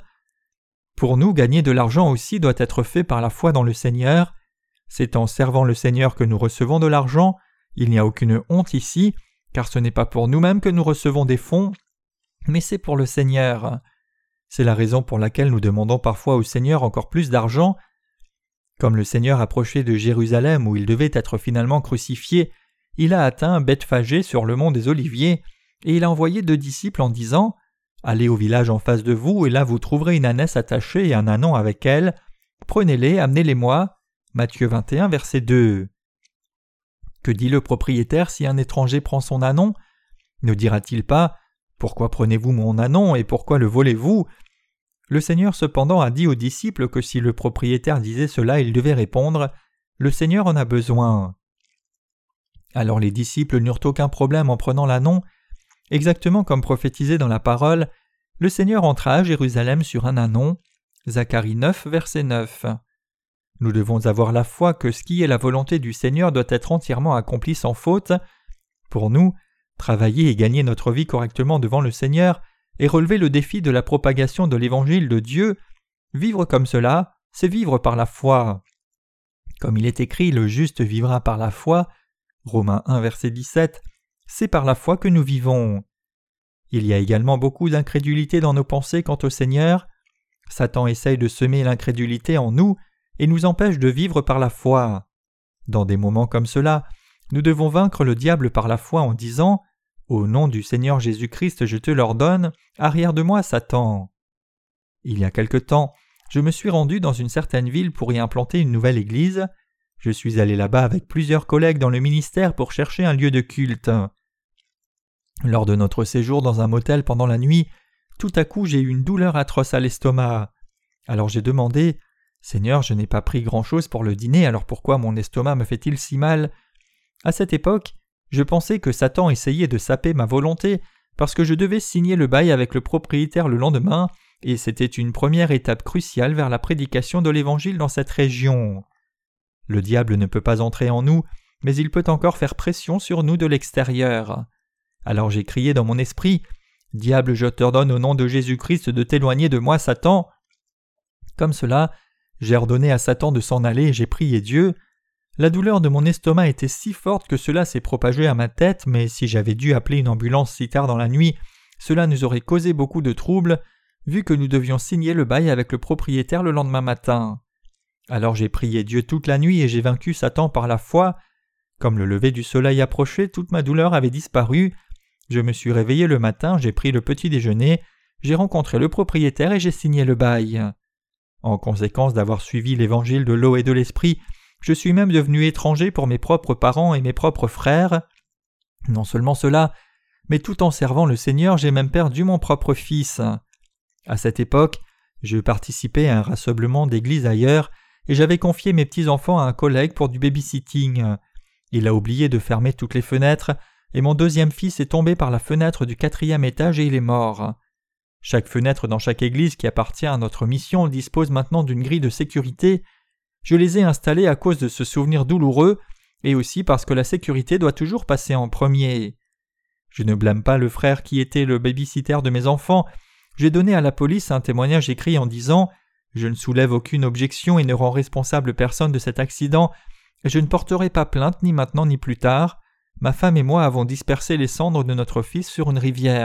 Pour nous, gagner de l'argent aussi doit être fait par la foi dans le Seigneur. C'est en servant le Seigneur que nous recevons de l'argent. Il n'y a aucune honte ici, car ce n'est pas pour nous-mêmes que nous recevons des fonds, mais c'est pour le Seigneur. C'est la raison pour laquelle nous demandons parfois au Seigneur encore plus d'argent. Comme le Seigneur approchait de Jérusalem où il devait être finalement crucifié, il a atteint Bethphagée sur le mont des Oliviers, et il a envoyé deux disciples en disant « Allez au village en face de vous, et là vous trouverez une ânesse attachée et un ânon avec elle. Prenez-les, amenez-les-moi. » Matthieu vingt et un, verset deux. Que dit le propriétaire si un étranger prend son ânon? Ne dira-t-il pas « Pourquoi prenez-vous mon ânon et pourquoi le volez-vous » Le Seigneur cependant a dit aux disciples que si le propriétaire disait cela, il devait répondre « Le Seigneur en a besoin ». Alors les disciples n'eurent aucun problème en prenant l'ânon. Exactement comme prophétisé dans la parole, le Seigneur entra à Jérusalem sur un ânon. Zacharie neuf, verset neuf. Nous devons avoir la foi que ce qui est la volonté du Seigneur doit être entièrement accompli sans faute. Pour nous, travailler et gagner notre vie correctement devant le Seigneur et relever le défi de la propagation de l'Évangile de Dieu, vivre comme cela, c'est vivre par la foi. Comme il est écrit, le juste vivra par la foi, Romains un, verset dix-sept, c'est par la foi que nous vivons. Il y a également beaucoup d'incrédulité dans nos pensées quant au Seigneur. Satan essaye de semer l'incrédulité en nous et nous empêche de vivre par la foi. Dans des moments comme cela, nous devons vaincre le diable par la foi en disant « Au nom du Seigneur Jésus-Christ, je te l'ordonne, arrière de moi, Satan !» Il y a quelque temps, je me suis rendu dans une certaine ville pour y implanter une nouvelle église. Je suis allé là-bas avec plusieurs collègues dans le ministère pour chercher un lieu de culte. Lors de notre séjour dans un motel pendant la nuit, tout à coup j'ai eu une douleur atroce à l'estomac. Alors j'ai demandé « Seigneur, je n'ai pas pris grand-chose pour le dîner, alors pourquoi mon estomac me fait-il si mal ?» À cette époque, je pensais que Satan essayait de saper ma volonté parce que je devais signer le bail avec le propriétaire le lendemain, et c'était une première étape cruciale vers la prédication de l'Évangile dans cette région. Le diable ne peut pas entrer en nous, mais il peut encore faire pression sur nous de l'extérieur. Alors j'ai crié dans mon esprit « Diable, je t'ordonne au nom de Jésus-Christ de t'éloigner de moi, Satan !» Comme cela, j'ai ordonné à Satan de s'en aller et j'ai prié Dieu. La douleur de mon estomac était si forte que cela s'est propagé à ma tête, mais si j'avais dû appeler une ambulance si tard dans la nuit, cela nous aurait causé beaucoup de troubles, vu que nous devions signer le bail avec le propriétaire le lendemain matin. Alors j'ai prié Dieu toute la nuit et j'ai vaincu Satan par la foi. Comme le lever du soleil approchait, toute ma douleur avait disparu. Je me suis réveillé le matin, j'ai pris le petit déjeuner, j'ai rencontré le propriétaire et j'ai signé le bail. En conséquence d'avoir suivi l'évangile de l'eau et de l'esprit, je suis même devenu étranger pour mes propres parents et mes propres frères. Non seulement cela, mais tout en servant le Seigneur, j'ai même perdu mon propre fils. À cette époque, je participais à un rassemblement d'église ailleurs et j'avais confié mes petits-enfants à un collègue pour du babysitting. Il a oublié de fermer toutes les fenêtres et mon deuxième fils est tombé par la fenêtre du quatrième étage et il est mort. Chaque fenêtre dans chaque église qui appartient à notre mission dispose maintenant d'une grille de sécurité. Je les ai installées à cause de ce souvenir douloureux et aussi parce que la sécurité doit toujours passer en premier. Je ne blâme pas le frère qui était le babysitter de mes enfants. J'ai donné à la police un témoignage écrit en disant « Je ne soulève aucune objection et ne rends responsable personne de cet accident. Je ne porterai pas plainte ni maintenant ni plus tard. Ma femme et moi avons dispersé les cendres de notre fils sur une rivière. »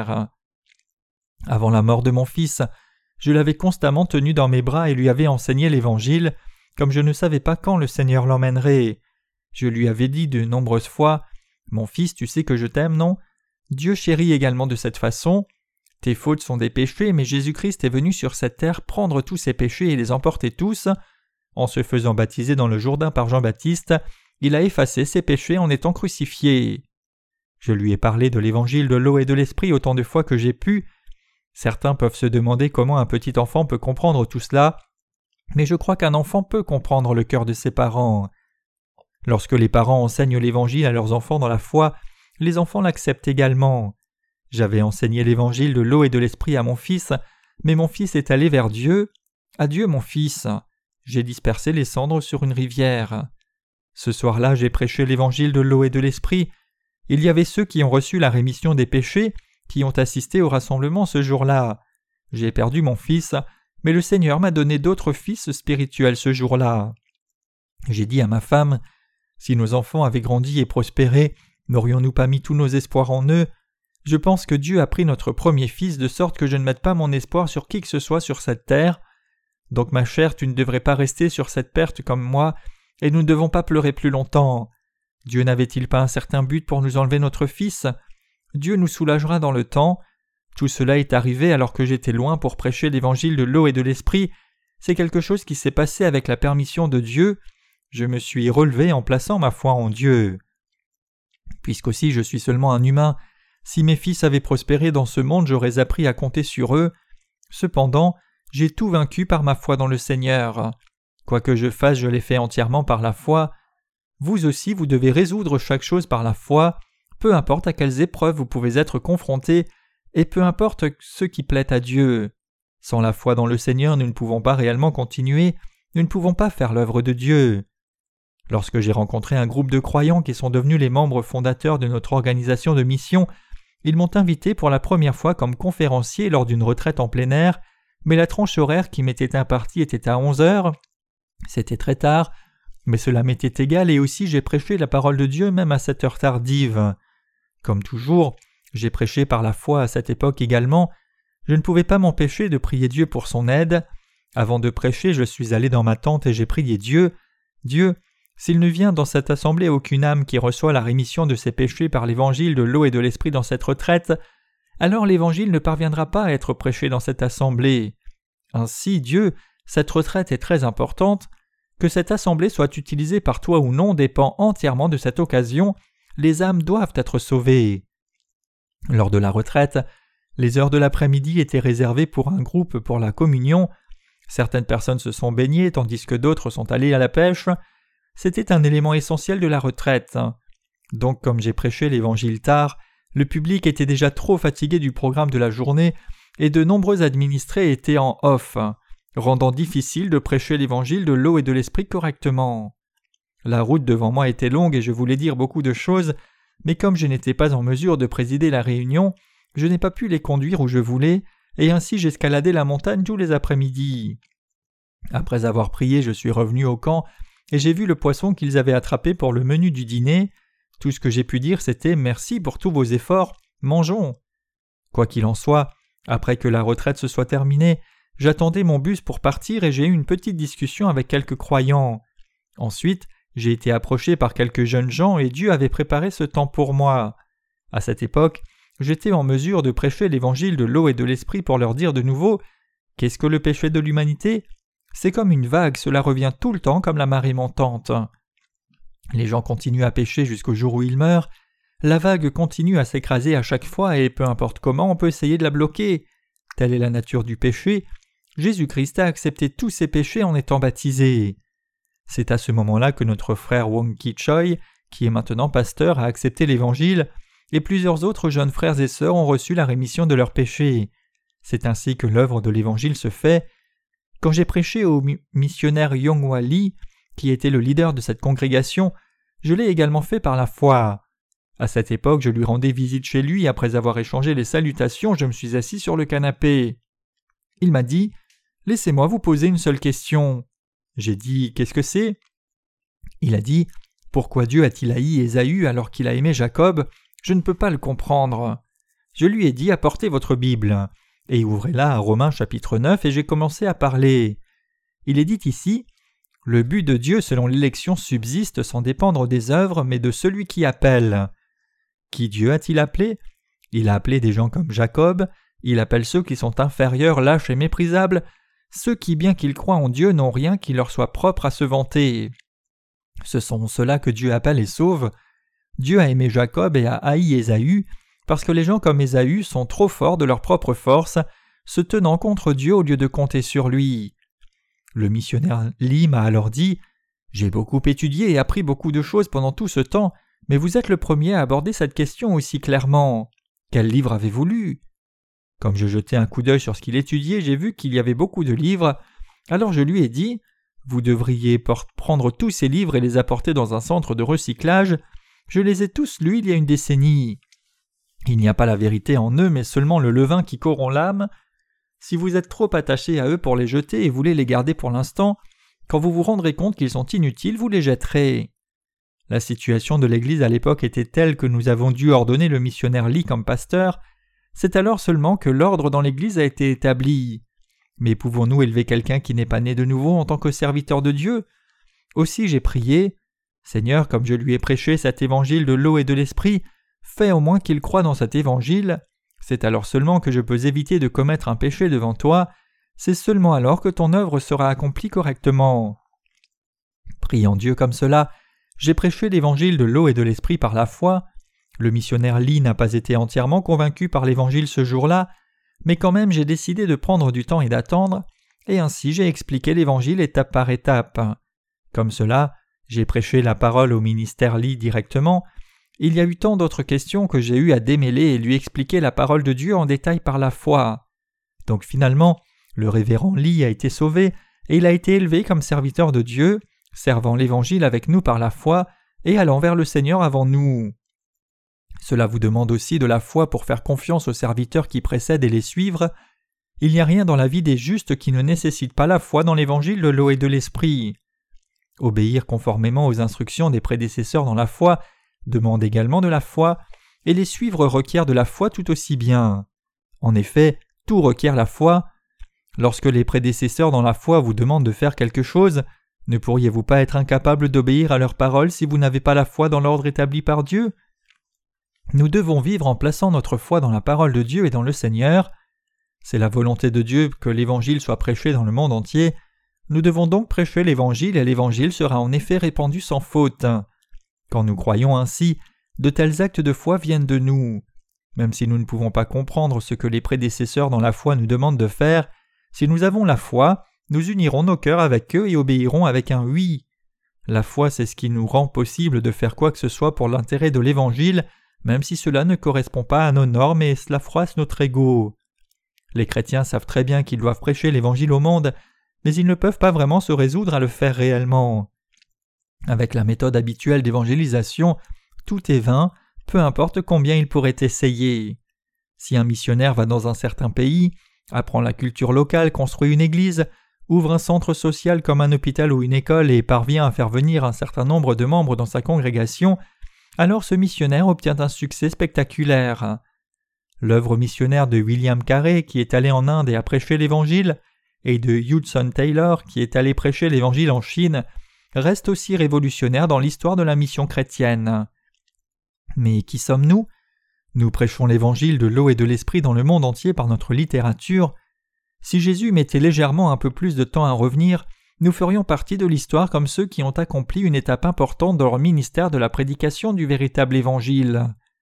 Avant la mort de mon fils, je l'avais constamment tenu dans mes bras et lui avais enseigné l'Évangile, comme je ne savais pas quand le Seigneur l'emmènerait. Je lui avais dit de nombreuses fois « Mon fils, tu sais que je t'aime, non ? Dieu chérit également de cette façon. Tes fautes sont des péchés, mais Jésus-Christ est venu sur cette terre prendre tous ces péchés et les emporter tous. En se faisant baptiser dans le Jourdain par Jean-Baptiste, il a effacé ses péchés en étant crucifié. » Je lui ai parlé de l'Évangile de l'eau et de l'esprit autant de fois que j'ai pu. Certains peuvent se demander comment un petit enfant peut comprendre tout cela, mais je crois qu'un enfant peut comprendre le cœur de ses parents. Lorsque les parents enseignent l'Évangile à leurs enfants dans la foi, les enfants l'acceptent également. J'avais enseigné l'Évangile de l'eau et de l'esprit à mon fils, mais mon fils est allé vers Dieu. Adieu mon fils. J'ai dispersé les cendres sur une rivière. Ce soir-là, j'ai prêché l'Évangile de l'eau et de l'esprit. Il y avait ceux qui ont reçu la rémission des péchés, qui ont assisté au rassemblement ce jour-là. J'ai perdu mon fils, mais le Seigneur m'a donné d'autres fils spirituels ce jour-là. J'ai dit à ma femme, « Si nos enfants avaient grandi et prospéré, n'aurions-nous pas mis tous nos espoirs en eux ? Je pense que Dieu a pris notre premier fils de sorte que je ne mette pas mon espoir sur qui que ce soit sur cette terre. Donc ma chère, tu ne devrais pas rester sur cette perte comme moi, et nous ne devons pas pleurer plus longtemps. Dieu n'avait-il pas un certain but pour nous enlever notre fils ? Dieu nous soulagera dans le temps. Tout cela est arrivé alors que j'étais loin pour prêcher l'évangile de l'eau et de l'esprit. C'est quelque chose qui s'est passé avec la permission de Dieu. Je me suis relevé en plaçant ma foi en Dieu. Puisqu'aussi je suis seulement un humain, si mes fils avaient prospéré dans ce monde, j'aurais appris à compter sur eux. Cependant, j'ai tout vaincu par ma foi dans le Seigneur. Quoi que je fasse, je l'ai fait entièrement par la foi. Vous aussi, vous devez résoudre chaque chose par la foi, peu importe à quelles épreuves vous pouvez être confrontés, et peu importe ce qui plaît à Dieu. Sans la foi dans le Seigneur, nous ne pouvons pas réellement continuer, nous ne pouvons pas faire l'œuvre de Dieu. Lorsque j'ai rencontré un groupe de croyants qui sont devenus les membres fondateurs de notre organisation de mission, ils m'ont invité pour la première fois comme conférencier lors d'une retraite en plein air, mais la tranche horaire qui m'était impartie était à onze heures. C'était très tard, mais cela m'était égal et aussi j'ai prêché la parole de Dieu même à cette heure tardive. Comme toujours, j'ai prêché par la foi à cette époque également. Je ne pouvais pas m'empêcher de prier Dieu pour son aide. Avant de prêcher, je suis allé dans ma tente et j'ai prié Dieu. Dieu, s'il ne vient dans cette assemblée aucune âme qui reçoit la rémission de ses péchés par l'évangile de l'eau et de l'esprit dans cette retraite, alors l'évangile ne parviendra pas à être prêché dans cette assemblée. Ainsi, Dieu, cette retraite est très importante. Que cette assemblée soit utilisée par toi ou non dépend entièrement de cette occasion. Les âmes doivent être sauvées. Lors de la retraite, les heures de l'après-midi étaient réservées pour un groupe pour la communion. Certaines personnes se sont baignées tandis que d'autres sont allées à la pêche. C'était un élément essentiel de la retraite. Donc comme j'ai prêché l'évangile tard, le public était déjà trop fatigué du programme de la journée et de nombreux administrés étaient en off, rendant difficile de prêcher l'évangile de l'eau et de l'esprit correctement. La route devant moi était longue et je voulais dire beaucoup de choses, mais comme je n'étais pas en mesure de présider la réunion, je n'ai pas pu les conduire où je voulais, et ainsi j'escaladais la montagne tous les après-midi. Après avoir prié, je suis revenu au camp, et j'ai vu le poisson qu'ils avaient attrapé pour le menu du dîner. Tout ce que j'ai pu dire, c'était « Merci pour tous vos efforts, mangeons ». Quoi qu'il en soit, après que la retraite se soit terminée, j'attendais mon bus pour partir et j'ai eu une petite discussion avec quelques croyants. Ensuite, j'ai été approché par quelques jeunes gens et Dieu avait préparé ce temps pour moi. À cette époque, j'étais en mesure de prêcher l'évangile de l'eau et de l'esprit pour leur dire de nouveau « Qu'est-ce que le péché de l'humanité ? C'est comme une vague, cela revient tout le temps comme la marée montante. » Les gens continuent à pécher jusqu'au jour où ils meurent. La vague continue à s'écraser à chaque fois et peu importe comment on peut essayer de la bloquer. Telle est la nature du péché. Jésus-Christ a accepté tous ses péchés en étant baptisé. C'est à ce moment-là que notre frère Wong Ki-choi, qui est maintenant pasteur, a accepté l'Évangile, et plusieurs autres jeunes frères et sœurs ont reçu la rémission de leurs péchés. C'est ainsi que l'œuvre de l'Évangile se fait. Quand j'ai prêché au missionnaire Yonghwa Lee, qui était le leader de cette congrégation, je l'ai également fait par la foi. À cette époque, je lui rendais visite chez lui et après avoir échangé les salutations, je me suis assis sur le canapé. Il m'a dit « Laissez-moi vous poser une seule question. » J'ai dit « Qu'est-ce que c'est ?» Il a dit « Pourquoi Dieu a-t-il haï Ésaü alors qu'il a aimé Jacob ? Je ne peux pas le comprendre. » Je lui ai dit « Apportez votre Bible. » Et ouvrez-la à Romains chapitre neuf et j'ai commencé à parler. Il est dit ici « Le but de Dieu selon l'élection subsiste sans dépendre des œuvres, mais de celui qui appelle. » Qui Dieu a-t-il appelé ? Il a appelé des gens comme Jacob, il appelle ceux qui sont inférieurs, lâches et méprisables, ceux qui, bien qu'ils croient en Dieu, n'ont rien qui leur soit propre à se vanter. Ce sont ceux-là que Dieu appelle et sauve. Dieu a aimé Jacob et a haï Ésaü, parce que les gens comme Ésaü sont trop forts de leur propre force, se tenant contre Dieu au lieu de compter sur lui. Le missionnaire Lee m'a alors dit « J'ai beaucoup étudié et appris beaucoup de choses pendant tout ce temps, mais vous êtes le premier à aborder cette question aussi clairement. Quel livre avez-vous lu ?» Comme je jetais un coup d'œil sur ce qu'il étudiait, j'ai vu qu'il y avait beaucoup de livres, alors je lui ai dit « Vous devriez prendre tous ces livres et les apporter dans un centre de recyclage. Je les ai tous lus il y a une décennie. Il n'y a pas la vérité en eux, mais seulement le levain qui corrompt l'âme. Si vous êtes trop attaché à eux pour les jeter et voulez les garder pour l'instant, quand vous vous rendrez compte qu'ils sont inutiles, vous les jetterez. » La situation de l'Église à l'époque était telle que nous avons dû ordonner le missionnaire Lee comme pasteur. C'est alors seulement que l'ordre dans l'Église a été établi. Mais pouvons-nous élever quelqu'un qui n'est pas né de nouveau en tant que serviteur de Dieu ? Aussi j'ai prié, « Seigneur, comme je lui ai prêché cet évangile de l'eau et de l'esprit, fais au moins qu'il croie dans cet évangile. C'est alors seulement que je peux éviter de commettre un péché devant toi. C'est seulement alors que ton œuvre sera accomplie correctement. » Priant Dieu comme cela, j'ai prêché l'évangile de l'eau et de l'esprit par la foi. Le missionnaire Lee n'a pas été entièrement convaincu par l'évangile ce jour-là, mais quand même j'ai décidé de prendre du temps et d'attendre, et ainsi j'ai expliqué l'évangile étape par étape. Comme cela, j'ai prêché la parole au ministère Lee directement. Il y a eu tant d'autres questions que j'ai eu à démêler et lui expliquer la parole de Dieu en détail par la foi. Donc finalement, le révérend Lee a été sauvé et il a été élevé comme serviteur de Dieu, servant l'Évangile avec nous par la foi et allant vers le Seigneur avant nous. Cela vous demande aussi de la foi pour faire confiance aux serviteurs qui précèdent et les suivre. Il n'y a rien dans la vie des justes qui ne nécessite pas la foi dans l'Évangile de l'eau et de l'Esprit. Obéir conformément aux instructions des prédécesseurs dans la foi demande également de la foi, et les suivre requiert de la foi tout aussi bien. En effet, tout requiert la foi. Lorsque les prédécesseurs dans la foi vous demandent de faire quelque chose, ne pourriez-vous pas être incapable d'obéir à leurs paroles si vous n'avez pas la foi dans l'ordre établi par Dieu ? Nous devons vivre en plaçant notre foi dans la parole de Dieu et dans le Seigneur. C'est la volonté de Dieu que l'Évangile soit prêché dans le monde entier. Nous devons donc prêcher l'Évangile et l'Évangile sera en effet répandu sans faute. Quand nous croyons ainsi, de tels actes de foi viennent de nous. Même si nous ne pouvons pas comprendre ce que les prédécesseurs dans la foi nous demandent de faire, si nous avons la foi, nous unirons nos cœurs avec eux et obéirons avec un oui. La foi, c'est ce qui nous rend possible de faire quoi que ce soit pour l'intérêt de l'Évangile, même si cela ne correspond pas à nos normes et cela froisse notre ego. Les chrétiens savent très bien qu'ils doivent prêcher l'Évangile au monde, mais ils ne peuvent pas vraiment se résoudre à le faire réellement. Avec la méthode habituelle d'évangélisation, tout est vain, peu importe combien il pourrait essayer. Si un missionnaire va dans un certain pays, apprend la culture locale, construit une église, ouvre un centre social comme un hôpital ou une école et parvient à faire venir un certain nombre de membres dans sa congrégation, alors ce missionnaire obtient un succès spectaculaire. L'œuvre missionnaire de William Carey, qui est allé en Inde et a prêché l'Évangile, et de Hudson Taylor, qui est allé prêcher l'Évangile en Chine, reste aussi révolutionnaire dans l'histoire de la mission chrétienne. Mais qui sommes-nous ? Nous prêchons l'Évangile de l'eau et de l'Esprit dans le monde entier par notre littérature. Si Jésus mettait légèrement un peu plus de temps à revenir, nous ferions partie de l'histoire comme ceux qui ont accompli une étape importante dans leur ministère de la prédication du véritable Évangile.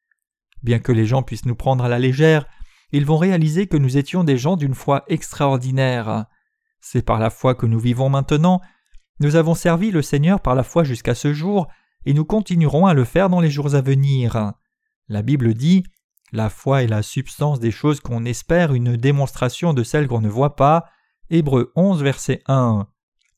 Bien que les gens puissent nous prendre à la légère, ils vont réaliser que nous étions des gens d'une foi extraordinaire. C'est par la foi que nous vivons maintenant. Nous avons servi le Seigneur par la foi jusqu'à ce jour, et nous continuerons à le faire dans les jours à venir. La Bible dit « La foi est la substance des choses qu'on espère, une démonstration de celles qu'on ne voit pas » Hébreux onze, verset un.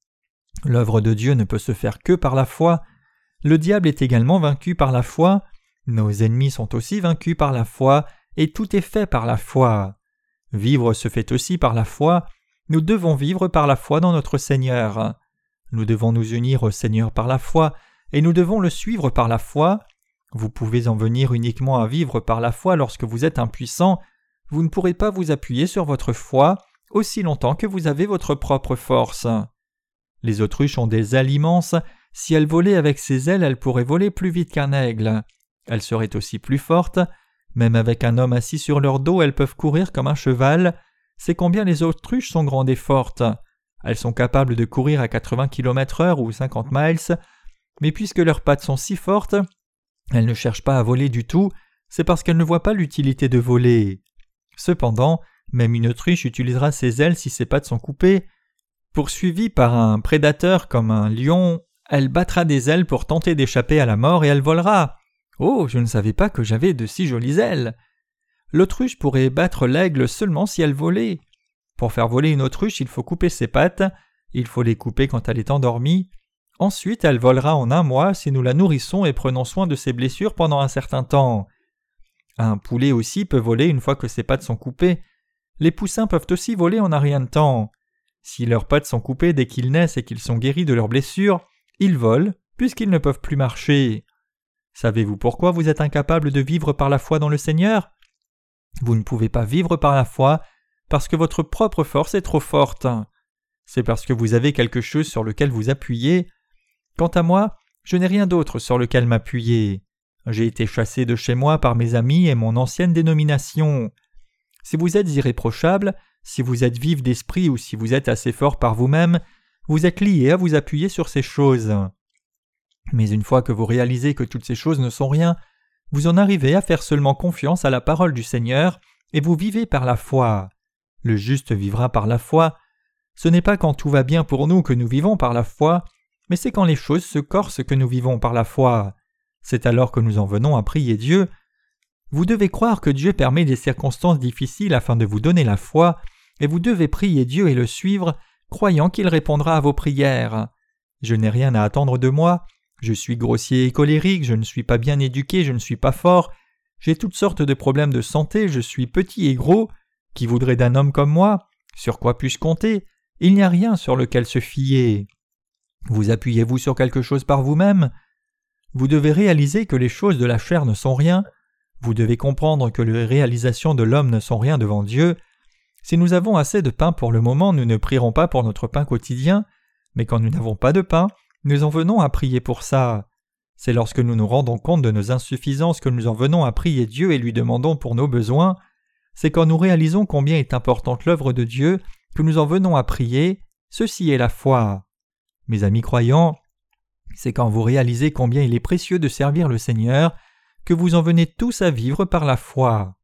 L'œuvre de Dieu ne peut se faire que par la foi. Le diable est également vaincu par la foi. Nos ennemis sont aussi vaincus par la foi, et tout est fait par la foi. Vivre se fait aussi par la foi. Nous devons vivre par la foi dans notre Seigneur. Nous devons nous unir au Seigneur par la foi, et nous devons le suivre par la foi. Vous pouvez en venir uniquement à vivre par la foi lorsque vous êtes impuissant. Vous ne pourrez pas vous appuyer sur votre foi aussi longtemps que vous avez votre propre force. Les autruches ont des ailes immenses. Si elles volaient avec ces ailes, elles pourraient voler plus vite qu'un aigle. Elles seraient aussi plus fortes. Même avec un homme assis sur leur dos, elles peuvent courir comme un cheval. C'est combien les autruches sont grandes et fortes. Elles sont capables de courir à quatre-vingts kilomètres heure ou cinquante miles. Mais puisque leurs pattes sont si fortes, elles ne cherchent pas à voler du tout, c'est parce qu'elles ne voient pas l'utilité de voler. Cependant, même une autruche utilisera ses ailes si ses pattes sont coupées. Poursuivie par un prédateur comme un lion, elle battra des ailes pour tenter d'échapper à la mort et elle volera. Oh, je ne savais pas que j'avais de si jolies ailes. L'autruche pourrait battre l'aigle seulement si elle volait. Pour faire voler une autruche, il faut couper ses pattes, il faut les couper quand elle est endormie. Ensuite, elle volera en un mois si nous la nourrissons et prenons soin de ses blessures pendant un certain temps. Un poulet aussi peut voler une fois que ses pattes sont coupées. Les poussins peuvent aussi voler en un rien de temps. Si leurs pattes sont coupées dès qu'ils naissent et qu'ils sont guéris de leurs blessures, ils volent puisqu'ils ne peuvent plus marcher. Savez-vous pourquoi vous êtes incapable de vivre par la foi dans le Seigneur ? Vous ne pouvez pas vivre par la foi parce que votre propre force est trop forte. C'est parce que vous avez quelque chose sur lequel vous appuyez. Quant à moi, je n'ai rien d'autre sur lequel m'appuyer. J'ai été chassé de chez moi par mes amis et mon ancienne dénomination. Si vous êtes irréprochable, si vous êtes vif d'esprit ou si vous êtes assez fort par vous-même, vous êtes lié à vous appuyer sur ces choses. Mais une fois que vous réalisez que toutes ces choses ne sont rien, vous en arrivez à faire seulement confiance à la parole du Seigneur et vous vivez par la foi. Le juste vivra par la foi. Ce n'est pas quand tout va bien pour nous que nous vivons par la foi, mais c'est quand les choses se corsent que nous vivons par la foi. C'est alors que nous en venons à prier Dieu. Vous devez croire que Dieu permet des circonstances difficiles afin de vous donner la foi, et vous devez prier Dieu et le suivre, croyant qu'il répondra à vos prières. Je n'ai rien à attendre de moi, je suis grossier et colérique, je ne suis pas bien éduqué, je ne suis pas fort, j'ai toutes sortes de problèmes de santé, je suis petit et gros. Qui voudrait d'un homme comme moi ? Sur quoi puis-je compter ? Il n'y a rien sur lequel se fier. Vous appuyez-vous sur quelque chose par vous-même ? Vous devez réaliser que les choses de la chair ne sont rien. Vous devez comprendre que les réalisations de l'homme ne sont rien devant Dieu. Si nous avons assez de pain pour le moment, nous ne prierons pas pour notre pain quotidien, mais quand nous n'avons pas de pain, nous en venons à prier pour ça. C'est lorsque nous nous rendons compte de nos insuffisances que nous en venons à prier Dieu et lui demandons pour nos besoins. C'est quand nous réalisons combien est importante l'œuvre de Dieu que nous en venons à prier. Ceci est la foi. Mes amis croyants, c'est quand vous réalisez combien il est précieux de servir le Seigneur que vous en venez tous à vivre par la foi.